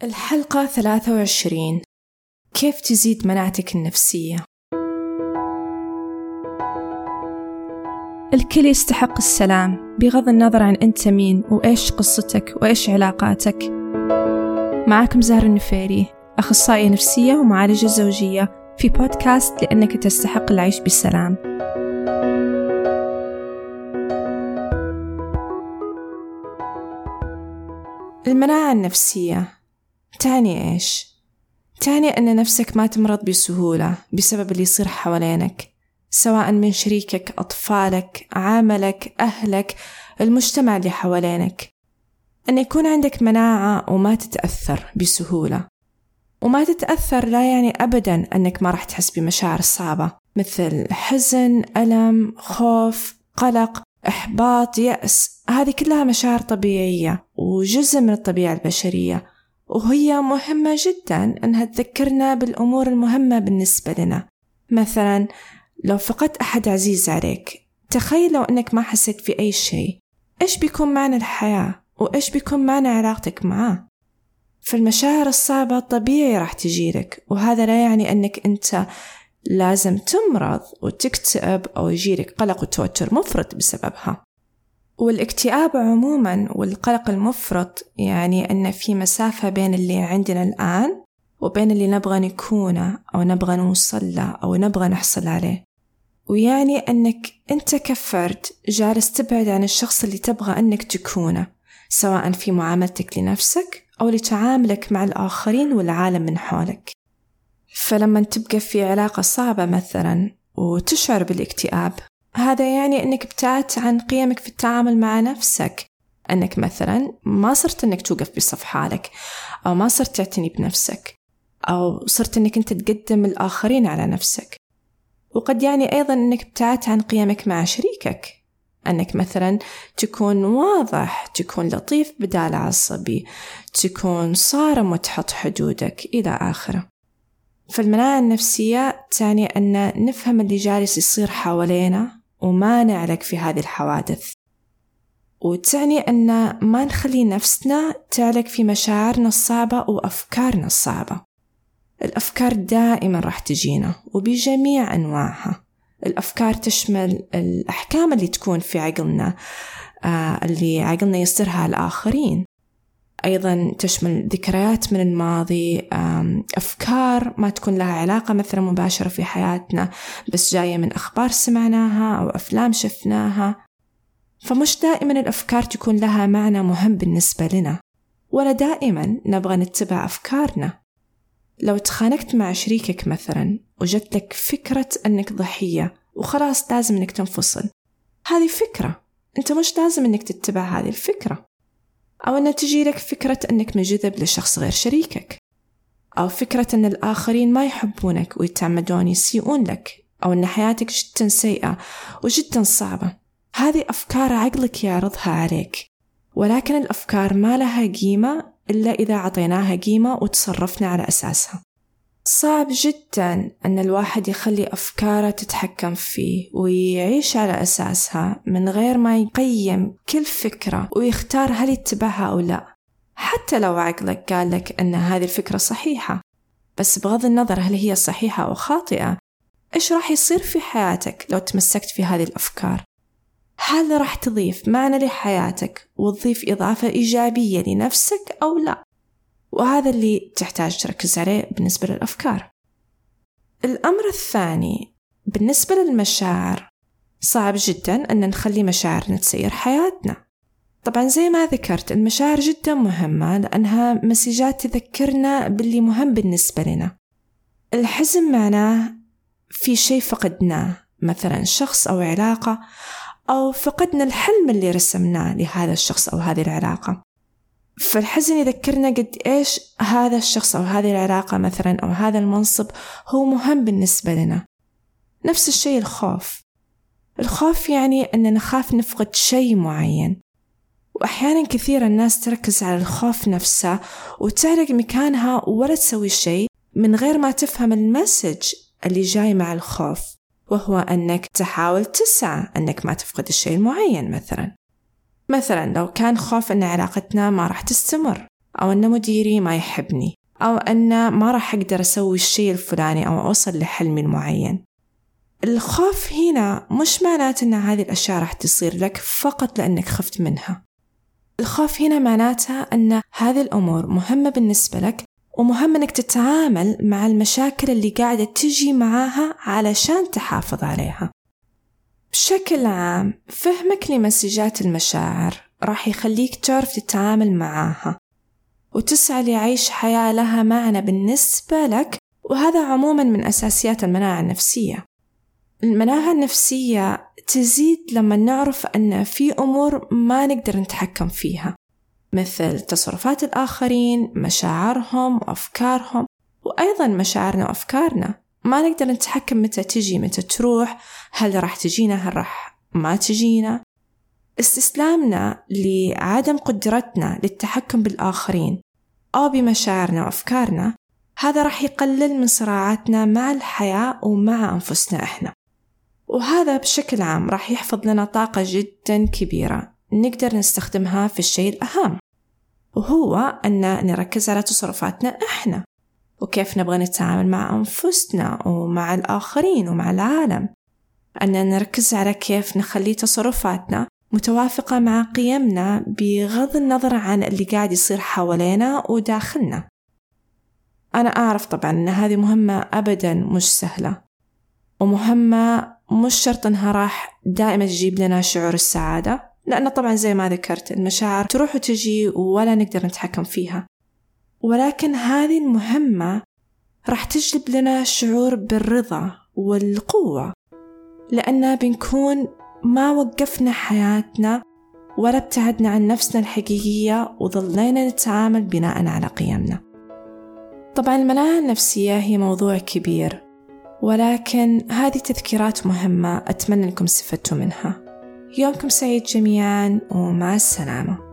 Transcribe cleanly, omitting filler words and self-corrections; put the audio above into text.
الحلقة 23. كيف تزيد مناعتك النفسية؟ الكل يستحق السلام بغض النظر عن أنت مين وإيش قصتك وإيش علاقاتك. معاكم زهرة النفيري، أخصائية نفسية ومعالجة زوجية، في بودكاست لأنك تستحق العيش بسلام. المناعة النفسية تعني إيش؟ تعني أن نفسك ما تمرض بسهولة بسبب اللي يصير حوالينك، سواء من شريكك، أطفالك، عملك، أهلك، المجتمع اللي حوالينك. أن يكون عندك مناعة وما تتأثر بسهولة. وما تتأثر لا يعني أبداً أنك ما راح تحس بمشاعر صعبة مثل حزن، ألم، خوف، قلق، إحباط، يأس. هذه كلها مشاعر طبيعية وجزء من الطبيعة البشرية، وهي مهمة جداً أنها تذكرنا بالأمور المهمة بالنسبة لنا. مثلاً لو فقدت أحد عزيز عليك، تخيل لو أنك ما حسيت في أي شيء، إيش بيكون معنى الحياة وإيش بيكون معنى علاقتك معه؟ فالمشاعر الصعبة طبيعي راح تجيلك، وهذا لا يعني أنك أنت لازم تمرض وتكتئب أو يجيلك قلق وتوتر مفرط بسببها. والاكتئاب عموما والقلق المفرط يعني أن في مسافة بين اللي عندنا الآن وبين اللي نبغى نكونه أو نبغى نوصل له أو نبغى نحصل عليه، ويعني أنك أنت كفرد جالس تبعد عن الشخص اللي تبغى أنك تكونه، سواء في معاملتك لنفسك أو لتعاملك مع الآخرين والعالم من حولك. فلما تبقى في علاقة صعبة مثلا وتشعر بالاكتئاب، هذا يعني أنك ابتعدت عن قيمك في التعامل مع نفسك، أنك مثلا ما صرت أنك توقف بصف حالك، أو ما صرت تعتني بنفسك، أو صرت أنك أنت تقدم الآخرين على نفسك. وقد يعني أيضا أنك ابتعدت عن قيمك مع شريكك، أنك مثلا تكون واضح، تكون لطيف بدال عصبي، تكون صارم وتحط حدودك إلى آخره. فالمناعة النفسية تعني أن نفهم اللي جالس يصير حوالينا وما نعلق في هذه الحوادث، وتعني أن ما نخلي نفسنا تعلق في مشاعرنا الصعبة وأفكارنا الصعبة. الأفكار دائما راح تجينا وبجميع أنواعها. الأفكار تشمل الأحكام اللي تكون في عقلنا، اللي عقلنا يصدرها الآخرين، أيضا تشمل ذكريات من الماضي، أفكار ما تكون لها علاقة مثلا مباشرة في حياتنا، بس جاية من أخبار سمعناها أو أفلام شفناها. فمش دائما الأفكار تكون لها معنى مهم بالنسبة لنا، ولا دائما نبغى نتبع أفكارنا. لو تخانقت مع شريكك مثلا وجدت لك فكرة أنك ضحية وخلاص لازم أنك تنفصل، هذه فكرة، أنت مش لازم أنك تتبع هذه الفكرة. أو أن تجي لك فكرة أنك منجذب لشخص غير شريكك، أو فكرة أن الآخرين ما يحبونك ويتعمدون يسيئون لك، أو أن حياتك جدا سيئة وجدا صعبة. هذه أفكار عقلك يعرضها عليك، ولكن الأفكار ما لها قيمة إلا إذا عطيناها قيمة وتصرفنا على أساسها. صعب جدا أن الواحد يخلي أفكاره تتحكم فيه ويعيش على أساسها من غير ما يقيم كل فكرة ويختار هل يتبعها أو لا، حتى لو عقلك قال لك أن هذه الفكرة صحيحة. بس بغض النظر هل هي صحيحة أو خاطئة، إيش راح يصير في حياتك لو تمسكت في هذه الأفكار؟ هل راح تضيف معنى لحياتك وتضيف إضافة إيجابية لنفسك أو لا؟ وهذا اللي تحتاج تركز عليه بالنسبة للأفكار. الأمر الثاني بالنسبة للمشاعر، صعب جدا أن نخلي مشاعرنا تسير حياتنا. طبعا زي ما ذكرت المشاعر جدا مهمة لأنها مسجات تذكرنا باللي مهم بالنسبة لنا. الحزن معناه في شيء فقدناه، مثلا شخص أو علاقة، أو فقدنا الحلم اللي رسمناه لهذا الشخص أو هذه العلاقة. فالحزن يذكرنا قد إيش هذا الشخص أو هذه العلاقة مثلا أو هذا المنصب هو مهم بالنسبة لنا. نفس الشيء الخوف يعني أن نخاف نفقد شيء معين، وأحيانا كثيرا الناس تركز على الخوف نفسه وتعلق مكانها ولا تسوي شيء من غير ما تفهم المسج اللي جاي مع الخوف، وهو أنك تحاول تسعى أنك ما تفقد الشيء المعين. مثلا لو كان خوف أن علاقتنا ما راح تستمر، أو أن مديري ما يحبني، أو أن ما راح أقدر أسوي الشيء الفلاني أو أوصل لحلمي المعين. الخوف هنا مش معناته أن هذه الأشياء راح تصير لك فقط لأنك خفت منها. الخوف هنا معناته أن هذه الأمور مهمة بالنسبة لك، ومهم أنك تتعامل مع المشاكل اللي قاعدة تجي معاها علشان تحافظ عليها. بشكل عام فهمك لمسجات المشاعر راح يخليك تعرف تتعامل معاها وتسعى ليعيش حياة لها معنى بالنسبة لك، وهذا عموما من أساسيات المناعة النفسية. المناعة النفسية تزيد لما نعرف أن في أمور ما نقدر نتحكم فيها، مثل تصرفات الآخرين، مشاعرهم وأفكارهم، وأيضا مشاعرنا وأفكارنا ما نقدر نتحكم متى تجي متى تروح، هل راح تجينا هل راح ما تجينا. استسلامنا لعدم قدرتنا للتحكم بالآخرين أو بمشاعرنا وأفكارنا هذا راح يقلل من صراعاتنا مع الحياة ومع أنفسنا إحنا، وهذا بشكل عام راح يحفظ لنا طاقة جدا كبيرة نقدر نستخدمها في الشيء الأهم، وهو أن نركز على تصرفاتنا إحنا وكيف نبغى نتعامل مع أنفسنا ومع الآخرين ومع العالم، أن نركز على كيف نخلي تصرفاتنا متوافقة مع قيمنا بغض النظر عن اللي قاعد يصير حوالينا وداخلنا. أنا أعرف طبعا أن هذه مهمة أبدا مش سهلة، ومهمة مش شرط أنها راح دائما تجيب لنا شعور السعادة، لأن طبعا زي ما ذكرت المشاعر تروح وتجي ولا نقدر نتحكم فيها، ولكن هذه المهمة راح تجلب لنا شعور بالرضا والقوة، لأننا بنكون ما وقفنا حياتنا ولا ابتعدنا عن نفسنا الحقيقية وظلينا نتعامل بناء على قيمنا. طبعا المناعة النفسية هي موضوع كبير، ولكن هذه تذكيرات مهمة أتمنى أنكم استفدتوا منها. يومكم سعيد جميعا ومع السلامة.